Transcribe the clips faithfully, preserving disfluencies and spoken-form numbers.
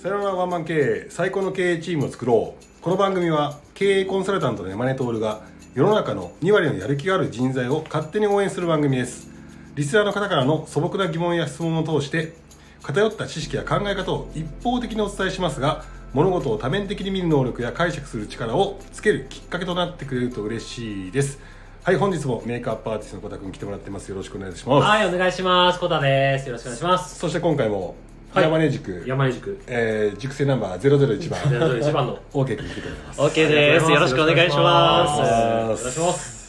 さよならワンマン経営、最高の経営チームを作ろう。この番組は経営コンサルタントの山根徹が世の中のに割のやる気がある人材を勝手に応援する番組です。リスナーの方からの素朴な疑問や質問を通して偏った知識や考え方を一方的にお伝えしますが、物事を多面的に見る能力や解釈する力をつけるきっかけとなってくれると嬉しいです。はい、本日もメイクアップアーティストの小田君来てもらってます。よろしくお願いします。 はい、お願いします。小田です。よろしくお願いします。 そして今回もはい、 山根塾、 山根塾、 えー、塾生ナンバーゼロゼロいちばんゼロゼロいちばんの OK 君来てくれます。 OK です。よろしくお願いします。 お願いします。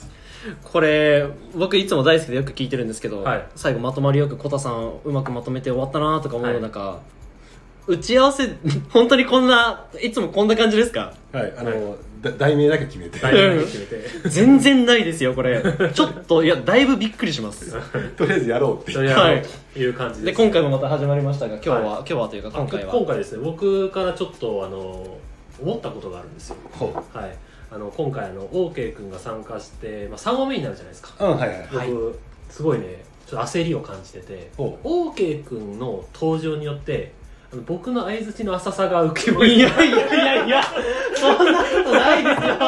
これ僕いつも大好きでよく聞いてるんですけど、 はい、 最後まとまりよく小田さんうまくまとめて終わったなとか思う中、はい、打ち合わせ本当にこんないつもこんな感じですか？ はい、あの、はい、題名だけ決めて題名だけ決めて全然ないですよこれ。ちょっといやだいぶびっくりしますとりあえずやろうっていう、 はい、いう感じです。 で今回もまた始まりましたが、今日は、はい、今日はというか今回は今回ですね、僕からちょっとあの思ったことがあるんですよ。はい、あの今回あの OK 君が参加して、まあ、さんばんめになるじゃないですか。 うん、はいはい、 僕、はい、すごいねちょっと焦りを感じてて、 OK 君の登場によって僕の相槌の浅さが浮き彫りに。いやいやいやいや、そんなことないですよ。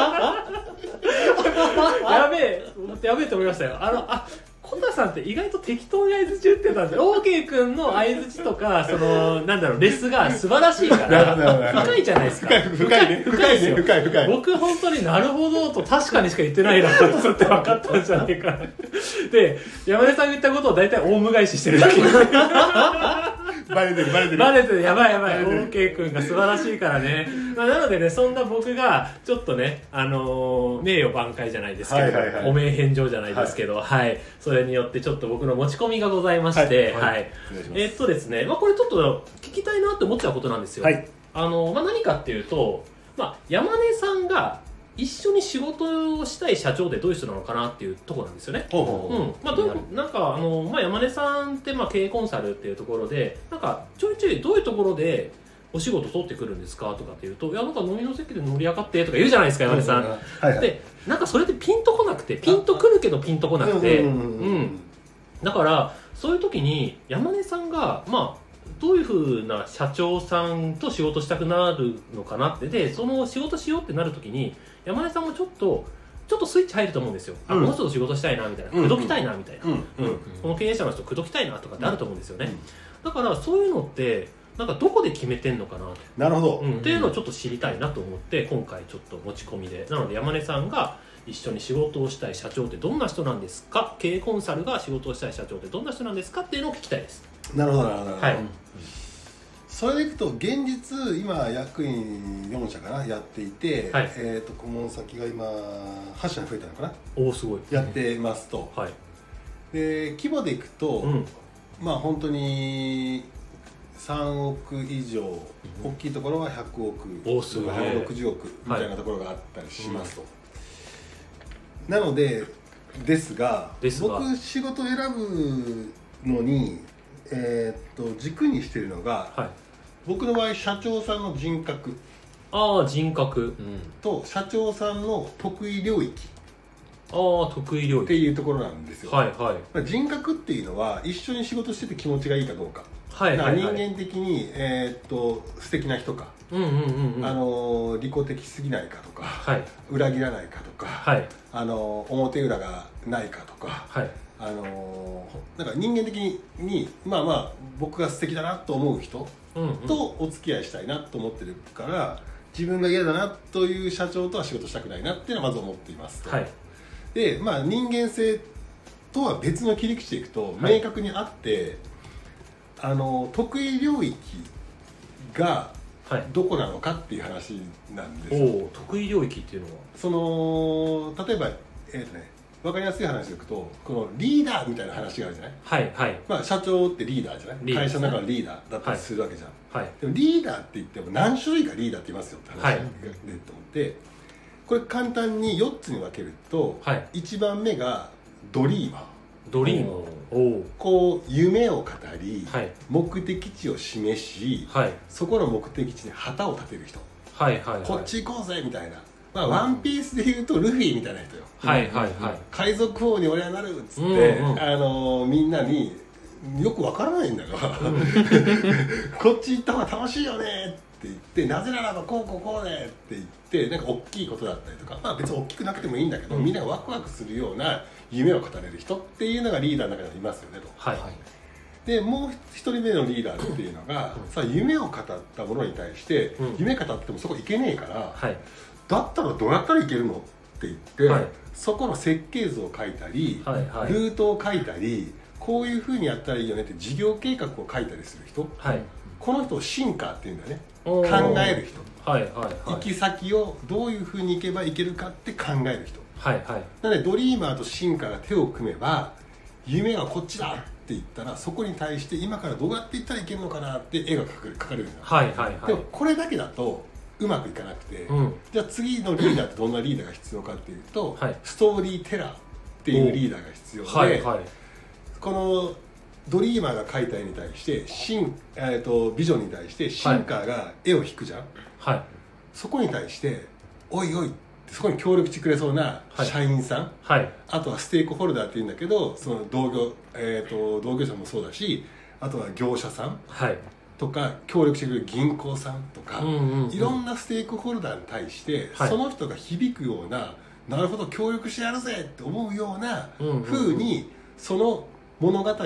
やべえ、やべえと思いましたよ。あの、あ、小田さんって意外と適当に相槌打ってたんですよ。OK 君の相槌とか、その、なんだろう、レスが素晴らしいから、深いじゃないですか。 深いね、深いね、深い深い。 僕本当になるほどと確かにしか言ってないなと思って分かったんじゃないかな。で、山根さんが言ったことを大体オウム返ししてるだけ。 バレてるバレてるバレてる、やばいやばい。 OK 君が素晴らしいからね。まあ、なのでね、そんな僕がちょっとね、あのー、名誉挽回じゃないですけど、はいはいはい、お名返上じゃないですけど、はい、はい、それによってちょっと僕の持ち込みがございまして、はいはい、えー、っとですね、まあ、これちょっと聞きたいなって思ってたことなんですよ。はい、あのーまあ、何かっていうと、まあ、山根さんが一緒に仕事をしたい社長ってどういう人なのかなっていうところなんですよね。ほうほうほう、うん、まあ、どうなんかあの、まあ、山根さんってまあ経営コンサルっていうところでなんかちょいちょいどういうところでお仕事取ってくるんですかとかっていうと、いやなんか飲みの席で盛り上がってとか言うじゃないですか山根さん、はいはい、でなんかそれでピンとこなくてピンとくるけどピンとこなくて、だからそういう時に山根さんがまあどういう風な社長さんと仕事したくなるのかなって、でその仕事しようってなる時に山根さんもちょっとちょっとスイッチ入ると思うんですよ。うん、あ、この人と仕事したいなみたいな、口説きたいなみたいな、うんうんうん、この経営者の人口説きたいなとかってあると思うんですよね。うん、だからそういうのってなんかどこで決めてんのかな。 なるほど、 うん、っていうのをちょっと知りたいなと思って今回ちょっと持ち込みで、なので山根さんが一緒に仕事をしたい社長ってどんな人なんですか、経営コンサルが仕事をしたい社長ってどんな人なんですかっていうのを聞きたいです。 なるほどなるほど、 はい、 それでいくと現実今役員よんしゃかなやっていて、はい、えー、と顧問先が今はっしゃに増えたのかな。 おーすごいやってますと、はい、で規模でいくと、うん、まあ本当にさんおく以上、うん、大きいところはひゃくおく、 おすごいひゃくろくじゅうおくみたいなところがあったりしますと、はい、なのでですが、ですが僕仕事を選ぶのに、えー、っと軸にしているのが、はい、僕の場合社長さんの人格、 ああ人格と社長さんの得意領域、 ああ得意領域っていうところなんですよ。 はいはい。 人格っていうのは一緒に仕事してて気持ちがいいかどうか、はいはいはい、人間的に、えー、っと素敵な人か、うんうんうんうん、あの利己的すぎないかとか、はい、裏切らないかとか、はい、あの表裏がないかとか、はい、あのなんか人間的にまあまあ僕が素敵だなと思う人とお付き合いしたいなと思ってるから、自分が嫌だなという社長とは仕事したくないなっていうのはまず思っていますと、はい、でまあ人間性とは別の切り口でいくと明確にあって、はい、あの得意領域がどこなのかっていう話なんですよ。 お得意領域っていうのはその例えば、えーとね、分かりやすい話でいくとこのリーダーみたいな話があるじゃない、はいはい、まあ、社長ってリーダーじゃない、会社の中のリーダーだったりするわけじゃん、はいはい、でもリーダーって言っても何種類かリーダーって言いますよって話が出ると思って、はい、これ簡単によっつに分けると、はい、いちばんめがドリーマー、 ドリーマー、 こう夢を語り、はい、目的地を示し、はい、そこの目的地に旗を立てる人、はいはいはい、こっち行こうぜみたいな、まあ、ワンピースでいうとルフィみたいな人よ、はいはいはい、海賊王に俺はなるっつって、うんうん、あのみんなによくわからないんだが、うん、こっち行った方が楽しいよねって言って、なぜならばこうこうこうねって言って、なんか大きいことだったりとか、まあ別に大きくなくてもいいんだけど、うん、みんながワクワクするような夢を語れる人っていうのがリーダーの中にいますよねと。はい、でもう一人目のリーダーっていうのが、うん、さ夢を語ったものに対して、うん、夢語ってもそこいけねえから、はい、だったらどうやったらいけるのって言って、はい、そこの設計図を書いたり、はいはい、ルートを書いたり、こういう風にやったらいいよねって事業計画を書いたりする人、はい、この人をシンカーっていうんだよね。考える人、はいはいはい、行き先をどういう風に行けばいけるかって考える人、はいはい、なのでドリーマーとシンカーが手を組めば、夢はこっちだって言ったら、そこに対して今からどうやっていったらいけるのかなって絵が描かれるんだ、はいはいはい、でもこれだけだとうまくいかなくて、うん、じゃあ次のリーダーってどんなリーダーが必要かっていうと、はい、ストーリーテラーっていうリーダーが必要で、はいはい、このドリーマーが描いた絵に対してシン、えー、とビジョンに対してシンカーが絵を引くじゃん、はい、そこに対しておいおいってそこに協力してくれそうな社員さん、はい、あとはステークホルダーっていうんだけど、その同業、えー、と同業者もそうだし、あとは業者さん、はい、とか協力してくれる銀行さんとか、うんうんうん、いろんなステークホルダーに対して、はい、その人が響くような、なるほど協力してやるぜって思うような風に、その物語を語って、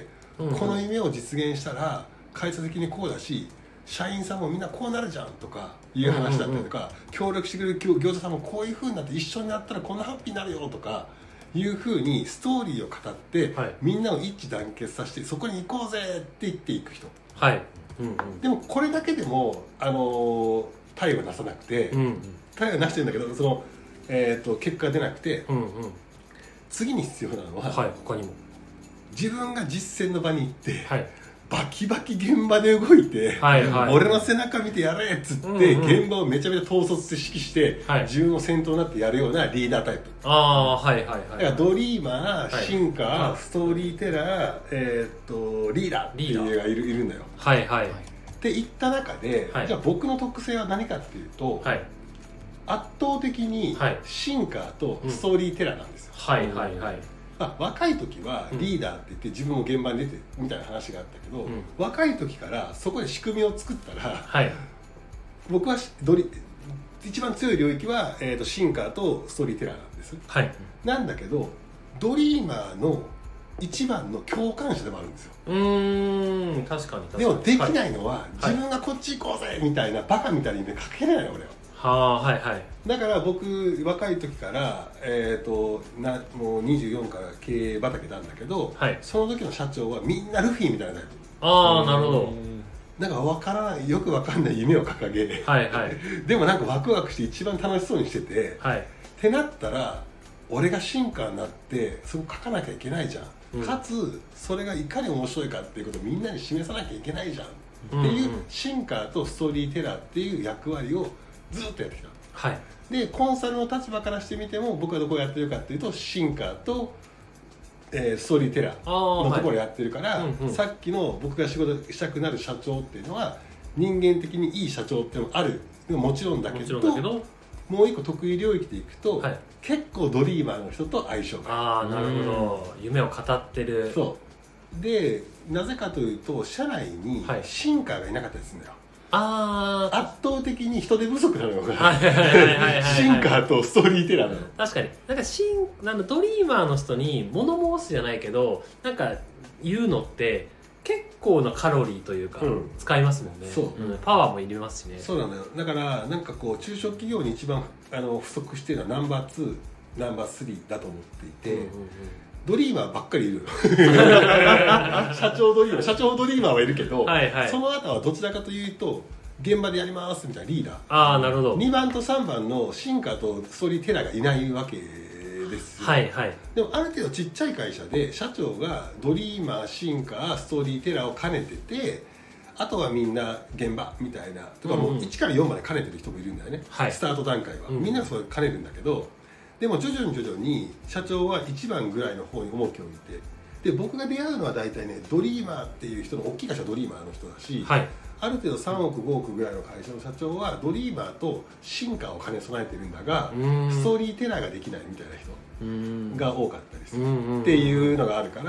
うんうん、この夢を実現したら会社的にこうだし、社員さんもみんなこうなるじゃんとかいう話だったりとか、うんうんうん、協力してくれる業者さんもこういう風になって一緒になったらこんなハッピーになるよとかいう風にストーリーを語って、はい、みんなを一致団結させてそこに行こうぜって言っていく人、はい、うんうん、でもこれだけでもあの対はなさなくて、うんうん、対はなしてるんだけど、その、えー、と結果が出なくて、うんうん、次に必要なのは、はい、他にも自分が実践の場に行って、はい、バキバキ現場で動いて、はいはい、俺の背中見てやれっつって、うんうん、現場をめちゃめちゃ統率して指揮して、はい、自分を先頭になってやるようなリーダータイプ。あー、はいはいはい、だからドリーマー、はい、シンカー、はい、ストーリーテラー、えー、っとリーダーっていうのがいる、いるんだよ。はいはい。っていった中で、はい、じゃあ僕の特性は何かっていうと、はい、圧倒的にシンカーとストーリーテラーなんですよ。はい、うん、はいはいはい。あ、若い時はリーダーって言って自分も現場に出てみたいな話があったけど、うん、若い時からそこで仕組みを作ったら、はい、僕はドリ一番強い領域は、えー、とシンカーとストーリーテラーなんです、はい、なんだけどドリーマーの一番の共感者でもあるんですよ。うーん、確かに確かに。でもできないのは、はい、自分がこっち行こうぜみたいなバカみたいに夢かけれないの俺は。はあ、はいはい。だから僕若い時から、えー、となもうにじゅうよんから経営畑なんだけど、はい、その時の社長はみんなルフィみたいなタイプ。ああ、なるほど。なんか分からない、よく分かんない夢を掲げ、はいはい、でもなんかワクワクして一番楽しそうにしてて、はい、ってなったら俺がシンカーになってそこ書かなきゃいけないじゃん、うん、かつそれがいかに面白いかっていうことをみんなに示さなきゃいけないじゃん、うんうん、っていうシンカーとストーリーテラーっていう役割をずっとやってきた、はい、でコンサルの立場からしてみても僕はどこをやってるかっていうとシンカーと、えー、ストーリーテラーのところをやってるから、はい、うんうん、さっきの僕が仕事したくなる社長っていうのは人間的にいい社長っていうのもある、もちろんだけ ど, だけどもう一個得意領域でいくと、はい、結構ドリーマーの人と相性がある。ああ、なるほど。夢を語ってる。そうで、なぜかというと社内にシンカーがいなかったりするんだよ。あ圧倒的に人手不足なのよ。シンカーとストーリーテラーなの。確かになんかシンなんだドリーマーの人に物申すじゃないけどなんか言うのって結構なカロリーというか、うん、使いますもんね。そう、うん、パワーもいりますしね。そうなんだよ。だからなんかこう中小企業に一番あの不足しているのはナンバーツーナンバースリーだと思っていて、うんうんうん、ドリーマーばっかりいる社長ドリーマー社長ドリーマーはいるけど、はいはい、その後はどちらかというと現場でやりますみたいなリーダー。ああ、なるほど。にばんとさんばんのシンカーとストーリーテラーがいないわけですよ。はいはい。でもある程度ちっちゃい会社で社長がドリーマー、シンカー、ストーリーテラーを兼ねてて、あとはみんな現場みたいなとか、もういちからよんまで兼ねてる人もいるんだよね、はい、スタート段階は、うん、みんなそれ兼ねるんだけど、でも徐々に徐々に社長はいちばんぐらいの方に重きを置いて、で僕が出会うのは大体ねドリーマーっていう人の大きい会社はドリーマーの人だし、はい、ある程度さんおくごおくぐらいの会社の社長はドリーマーとシンカーを兼ね備えてるんだがストーリーテラーができないみたいな人が多かったりするっていうのがあるから、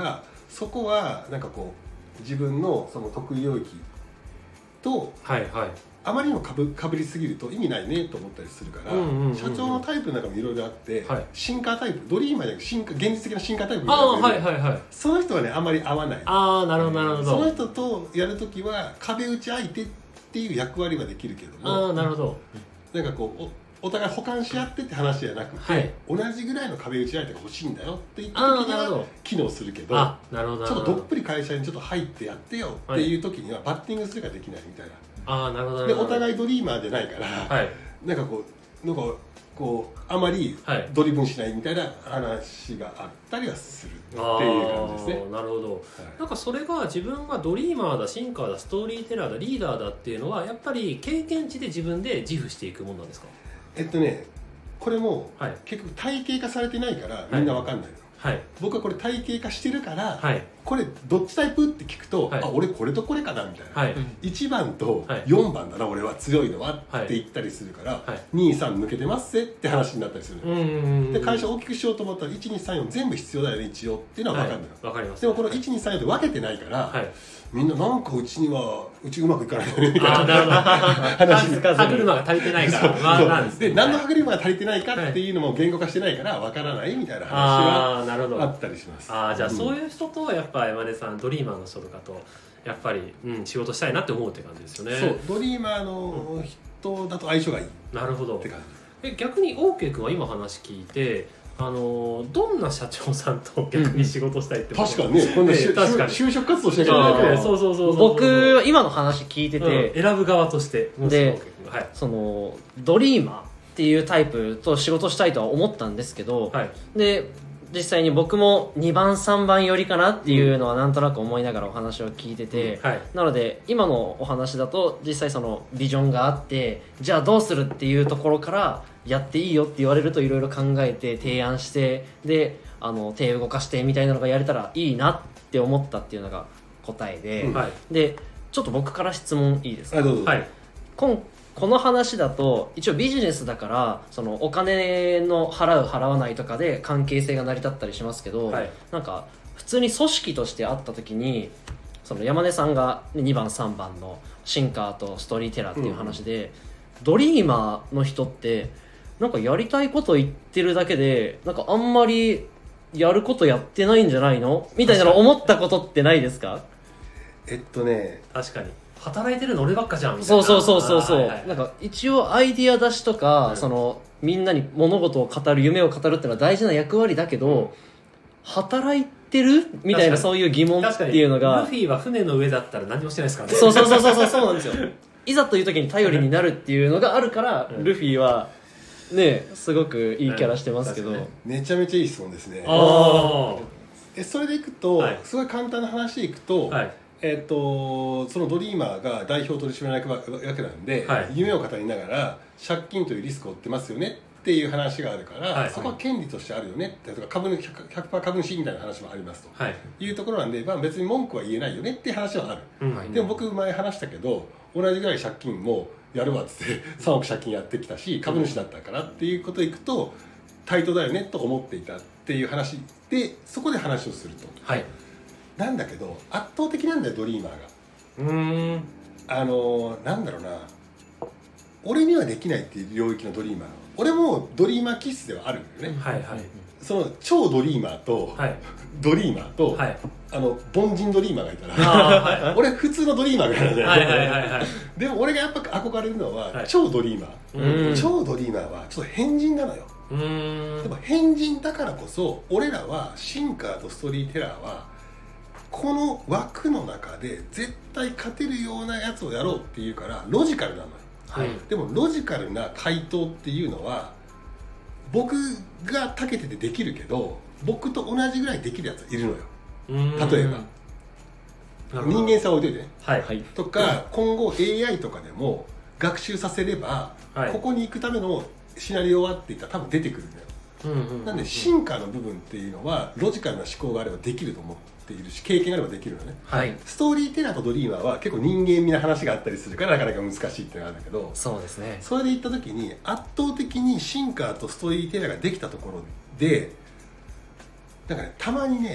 そこはなんかこう自分のその得意領域と、 はいはい、 あまりにもかぶ、かぶりすぎると意味ないねと思ったりするから、うんうんうんうん、社長のタイプの中もいろいろあって、はい、シンカータイプ、ドリーマーじゃなくて現実的なシンカータイプみたいな、 はいはいはい、 その人はねあんまり合わない。 ああなるほどなるほど。 その人とやるときは壁打ち相手っていう役割はできるけども、 ああなるほど。 なんかこう お, お互い補完し合ってって話じゃなくて、はい、同じぐらいの壁打ち相手が欲しいんだよって言った時には機能するけど、 あなるほど、 ちょっとどっぷり会社にちょっと入ってやってよっていう時にはバッティングするかできないみたいな。 あなるほど。 でお互いドリーマーじゃないから、はい、なんかこうなんかこうあまりドリブンしないみたいな話があったりはするっていう感じですね。 なるほど、はい、なんかそれが自分がドリーマーだ、シンカーだ、ストーリーテラーだ、リーダーだっていうのはやっぱり経験値で自分で自負していくものなんですか？ えっとねこれも、はい、結局体系化されてないからみんなわかんないの、はい、僕はこれ体系化してるから、はい、これどっちタイプって聞くと、はい、あ俺これとこれかなみたいな、はい、いちばんとよんばんだな俺は強いのはって言ったりするから、はい、に、さん抜けてますぜって話になったりするの、うんうんうん、で会社を大きくしようと思ったらいち、に、さん、よん全部必要だよね一応っていうのは分かるのよ、はい、分かります。でもこのいち、に、さん、よんで分けてないから、はい、みんななんかうちにはうちうまくいかないよねみたいな話に歯車が足りてないからそうそうなんですね。で何の歯車が足りてないかっていうのも言語化してないから分からないみたいな話はあったりします。 ああじゃあそういう人とやっぱ山根さんドリーマーの人とかとやっぱり、うん、仕事したいなって思うって感じですよね。 そうドリーマーの人だと相性がいい、 うん、なるほどって感じ。え逆に OK 君は今話聞いてあのどんな社長さんと逆に仕事したいって、 うん、確かにねこんな、えー、確かに就職活動しなきゃいけないからそうそうそうそう僕は今の話聞いてて、 うん、選ぶ側としてで、はい、そのドリーマーっていうタイプと仕事したいとは思ったんですけど、はい、で実際に僕もにばんさんばん寄りかなっていうのはなんとなく思いながらお話を聞いてて、うんはい、なので今のお話だと実際そのビジョンがあってじゃあどうするっていうところからやっていいよって言われるといろいろ考えて提案してであの手動かしてみたいなのがやれたらいいなって思ったっていうのが答えで、うんはい、でちょっと僕から質問いいですか？はい、今この話だと一応ビジネスだからそのお金の払う払わないとかで関係性が成り立ったりしますけど、はい、なんか普通に組織としてあった時にその山根さんがにばんさんばんのシンカーとストーリーテラーっていう話で、うん、ドリーマーの人ってなんかやりたいこと言ってるだけでなんかあんまりやることやってないんじゃないのみたいなの思ったことってないですか？ えっとね確かに働いてるの俺ばっかじゃんみたいな。 そうそうそうそうそう、はいはい、なんか一応アイディア出しとか、うん、そのみんなに物事を語る夢を語るっていうのは大事な役割だけど、うん、働いてるみたいなそういう疑問っていうのがルフィは船の上だったら何もしてないですからね。 そうそうそうそうそうなんですよいざという時に頼りになるっていうのがあるから、うん、ルフィはねすごくいいキャラしてますけど、うん、 めちゃめちゃいい質問ですね。あえそれでいくと、はい、すごい簡単な話でいくと、はいえー、とそのドリーマーが代表取締役わけなんで、はい、夢を語りながら借金というリスクを負ってますよねっていう話があるから、はい、そこは権利としてあるよねってとか 株 ひゃくパーセント 株主みたいな話もありますと、はい、いうところなんで、まあ、別に文句は言えないよねっていう話はある、うん、でも僕前話したけど同じぐらい借金もやるわっつってさんおく借金やってきたし株主だったからっていうことでいくと対等だよねと思っていたっていう話でそこで話をすると、はいなんだけど圧倒的なんだよドリーマーが。うーんあのなんだろうな俺にはできないっていう領域のドリーマー俺もドリーマー気質ではあるんだよね、はいはい、その超ドリーマーと、はい、ドリーマーと、はい、あの凡人ドリーマーがいたらはい、俺普通のドリーマーぐらいなんだよ、はいはいはいはい、でも俺がやっぱ憧れるのは、はい、超ドリーマー、うん、超ドリーマーはちょっと変人なのよ。うーんでも変人だからこそ俺らはシンカーとストーリーテラーはこの枠の中で絶対勝てるようなやつをやろうっていうからロジカルなのよ、はい、でもロジカルな回答っていうのは僕が長けててできるけど僕と同じぐらいできるやついるのよ。例えば人間さを置いといてね、はい、とか今後 エーアイ とかでも学習させれば、はい、ここに行くためのシナリオはっていったら多分出てくるんだよ、うんうんうんうん、なんで進化の部分っていうのはロジカルな思考があればできると思っているし経験があればできるのね、はい、ストーリーテラーとドリーマーは結構人間味な話があったりするからなかなか難しいっていうのがあるんだけどそうですねそれで言った時に圧倒的にシンカーとストーリーテラーができたところでなんかねたまにね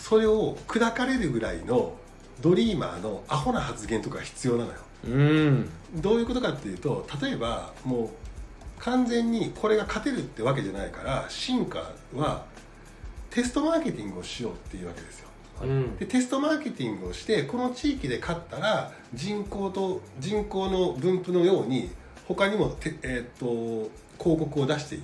それを砕かれるぐらいのドリーマーのアホな発言とか必要なのよ。 うんどういうことかっていうと、例えばもう完全にこれが勝てるってわけじゃないから、進化はテストマーケティングをしようっていうわけですよ。うん、でテストマーケティングをして、この地域で勝ったら人口と人口の分布のように他にもて、えー、と広告を出していって、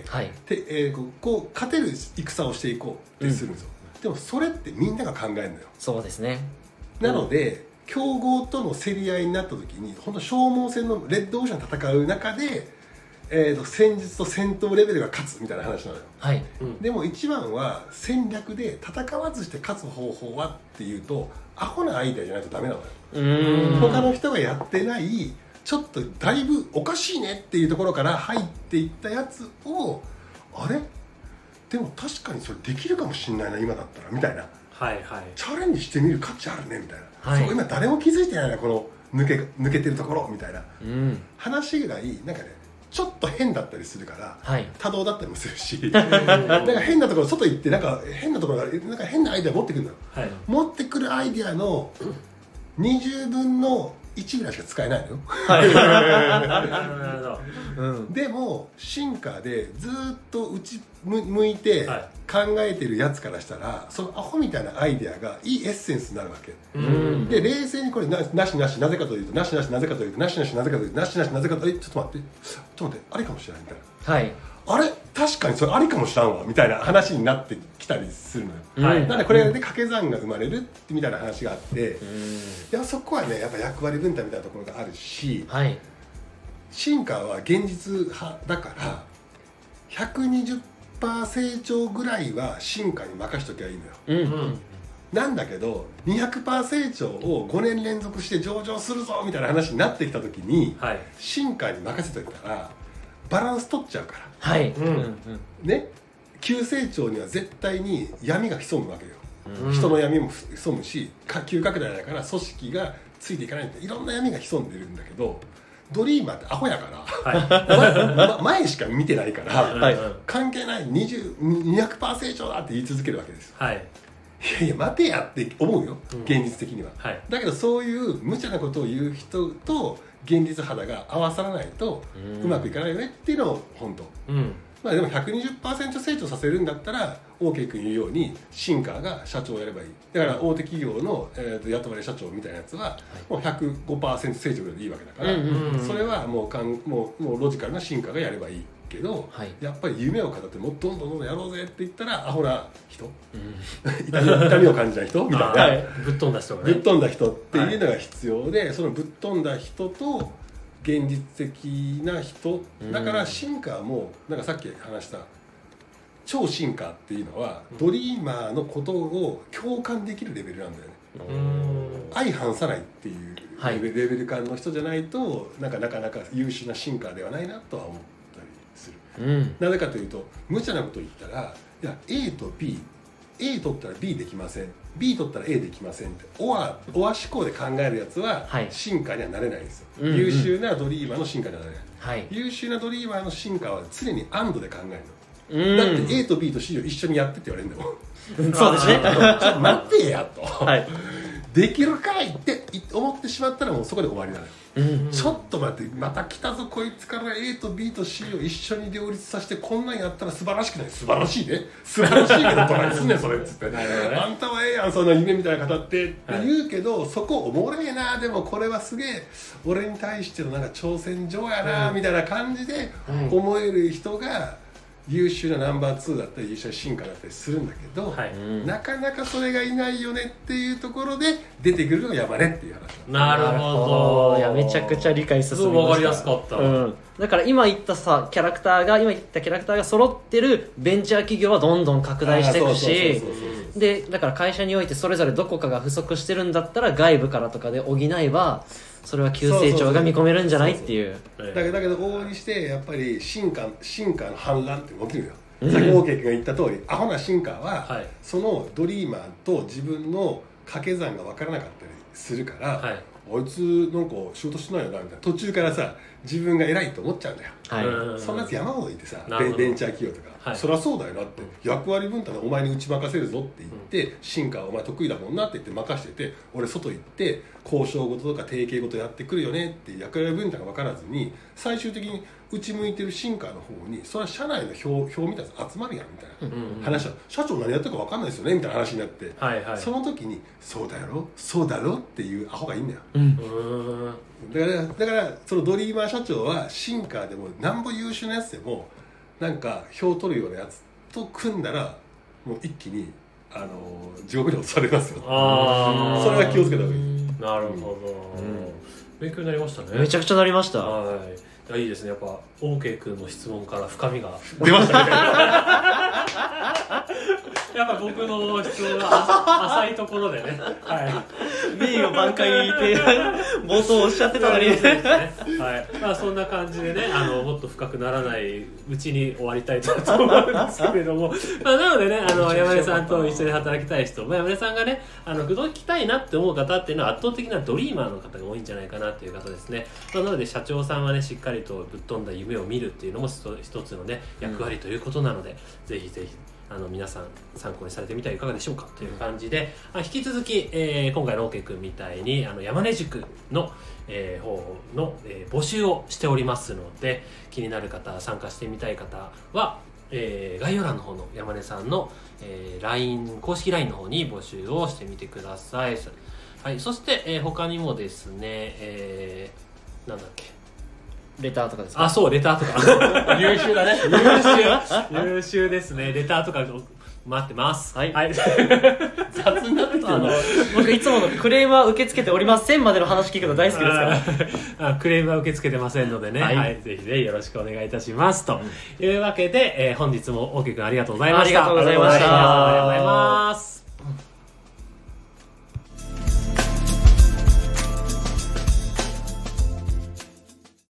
はい、てえー、こう勝てる戦をしていこうってするんですよ、うん、でもそれってみんなが考えるのよ。 そうですね。 なので、うん、競合との競り合いになった時に本当消耗戦のレッドオーシャン戦う中で、えー、と戦術と戦闘レベルが勝つみたいな話なのよ、はいうん、でも一番は戦略で戦わずして勝つ方法はっていうとアホなアイデアじゃないとダメなのよ。うーん他の人がやってないちょっとだいぶおかしいねっていうところから入っていったやつを、あれでも確かにそれできるかもしれないな今だったらみたいな、はいはい、チャレンジしてみる価値あるねみたいな、はい、そう今誰も気づいてないなこの抜け、抜けてるところみたいな、うん、話ぐらいなんかねちょっと変だったりするから、はい、多動だったりもするしなんか変なところ外行ってなんか変なところがなんか変なアイデア持ってくるのよ、はい、持ってくるアイデアのにじゅうぶんのいちぐらいしか使えないのよ、はいうん、でも進化でずっと内向いて考えてるやつからしたらそのアホみたいなアイデアがいいエッセンスになるわけ、うん、で冷静にこれ な, なしなしなぜかというとなしなしなぜかというとなしなしなぜかというとなしなしなぜかというとちょっと待ってちょっと待ってありかもしれないみたいな、はいあれ確かにそれありかもしらんわみたいな話になってきたりするのよ、はい、なのでこれで掛け算が生まれるみたいな話があって、うん、いやそこはねやっぱ役割分担みたいなところがあるし、はい、進化は現実派だからひゃくにじゅっパーセント成長ぐらいは進化に任しときゃいいのよ、うんうん、なんだけど にひゃくパーセント 成長をごねん連続して上場するぞみたいな話になってきた時に、はい、進化に任せといたらバランス取っちゃうから、はいうんうん、ね、急成長には絶対に闇が潜むわけよ、うん、人の闇も潜むし急拡大だから組織がついていかないっていろんな闇が潜んでるんだけどドリーマーってアホやから、はいま、前しか見てないから、はい、関係ないにじゅう、にひゃくパーセント 成長だって言い続けるわけです、はい、いやいや待てやって思うよ、うん、現実的には、はい、だけどそういう無茶なことを言う人と現実肌が合わさらないとうまくいかないよねっていうのを本当、うんまあ、でも ひゃくにじゅっパーセント 成長させるんだったら OK 君言うようにシンカーが社長をやればいい。だから大手企業の、えー、と雇われ社長みたいなやつはもう ひゃくごパーセント 成長ぐらいでいいわけだから、うんうんうん、それはもうかんもうもうロジカルなシンカーがやればいいけど、はい、やっぱり夢を語ってもっとどんどんどんどんやろうぜって言ったらアホな人、うん、痛, み痛みを感じない人みたいな、はい、 ぶっ飛んだ人がねぶっ飛んだ人っていうのが必要で、はい、そのぶっ飛んだ人と現実的な人だから進化もなんかさっき話した超進化っていうのはドリーマーのことを共感できるレベルなんだよね。相反さないっていうレベル、レベル感の人じゃないとなんかなかなか優秀な進化ではないなとは思ったりする、うん、なぜかというと無茶なことを言ったらいや A と B A 取ったら B できません B 取ったら A できませんってオアオア思考で考えるやつは進化にはなれないんですよ、はい、優秀なドリーマーの進化にはなれない、はい、優秀なドリーマーの進化は常にアンドで考えるの、うん、だって A と B と C を一緒にやってって言われるんだもんそうですねちょっと待ってやと、はい、できるかいって思ってしまったらもうそこで終わりなのよ、うんうん、ちょっと待ってまた来たぞこいつから A と B と C を一緒に両立させてこんなんやったら素晴らしくない素晴らしいね素晴らしいけどトライすんねんそれっつってあんたはええやんそんな夢みたいな方ってって言うけど、はい、そこおもろいなでもこれはすげえ俺に対してのなんか挑戦状やな、うん、みたいな感じで思える人が優秀なナンバーツーだったり優秀な進化だったりするんだけど、はい、なかなかそれがいないよねっていうところで出てくるのが山根っていう話なるほど。 いやめちゃくちゃ理解進みました。 分かりやすかった、うん、 だから今言ったさキャラクターが今言ったキャラクターが揃ってるベンチャー企業はどんどん拡大していくしでだから会社においてそれぞれどこかが不足してるんだったら外部からとかで補えばそれは急成長が見込めるんじゃないっていう。 だけどだけど往々にしてやっぱり進化進化の反乱って起きるよ、うん、さっきオーケー君が言った通りアホな進化は、はい、そのドリーマーと自分の掛け算が分からなかったりするから、はい、あいつなんか仕事してないよなみたいな途中からさ自分が偉いと思っちゃうんだよ、はい、そんなやつ山ほどいてさベンチャー企業とかはい、そりゃそうだよなって、うん、役割分担でお前に打ち負かせるぞって言って、うん、進化はお前得意だもんなって言って任してて、俺外行って交渉事とか提携事やってくるよねって役割分担が分からずに、最終的に内向いてる進化の方にそれは社内の票票みたいなやつ集まるやんみたいな話は、うんうん、社長何やってるか分かんないですよねみたいな話になって、はいはい、その時にそうだろそうだろっていうアホがいいんだよ、うん、だからだからそのドリーマー社長は進化でもなんぼ優秀なやつでもなんか票取るようなやつと組んだらもう一気にあの地獄に落とされますよ。あそれは気をつけた方がいい。 なるほど、うん、勉強になりましたね。 めちゃくちゃなりました。 はい、いいですね。やっぱ OK 君の質問から深みが出ましたねやっぱ僕の質問が浅いところでね、はい、 名誉挽回って冒頭おっしゃってたのにねはい、まあそんな感じでね、あのもっと深くならないうちに終わりたいと思うんですけれどもまあなのでね、あの山根さんと一緒に働きたい人、まあ、山根さんがね、あの口説きたいなって思う方っていうのは圧倒的なドリーマーの方が多いんじゃないかなっていう方ですね。まあ、なので社長さんはね、しっかりとぶっ飛んだ夢を見るっていうのも一つのね役割ということなので、うん、ぜひぜひあの皆さん参考にされてみてはいかがでしょうかという感じで、あ引き続き、えー、今回の OK 君みたいにあの山根塾の、えー、方の、えー、募集をしておりますので、気になる方、参加してみたい方は、えー、概要欄の方の山根さんの、えー、ライン 公式 ライン の方に募集をしてみてください。はい、そして、えー、他にもですね、えー、なんだっけレターとかですか。 あ、そう、レターとか優秀だね。 優秀優秀ですね。レターとか待ってます。はい、はい、雑になってきてるの。僕いつものクレームは受け付けておりませんまでの話聞くの大好きですからあクレームは受け付けてませんのでね、はいはい、ぜひぜひよろしくお願いいたしますというわけで、えー、本日も OK 君ありがとうございました。 ありがとうございました。 ありがとうございます。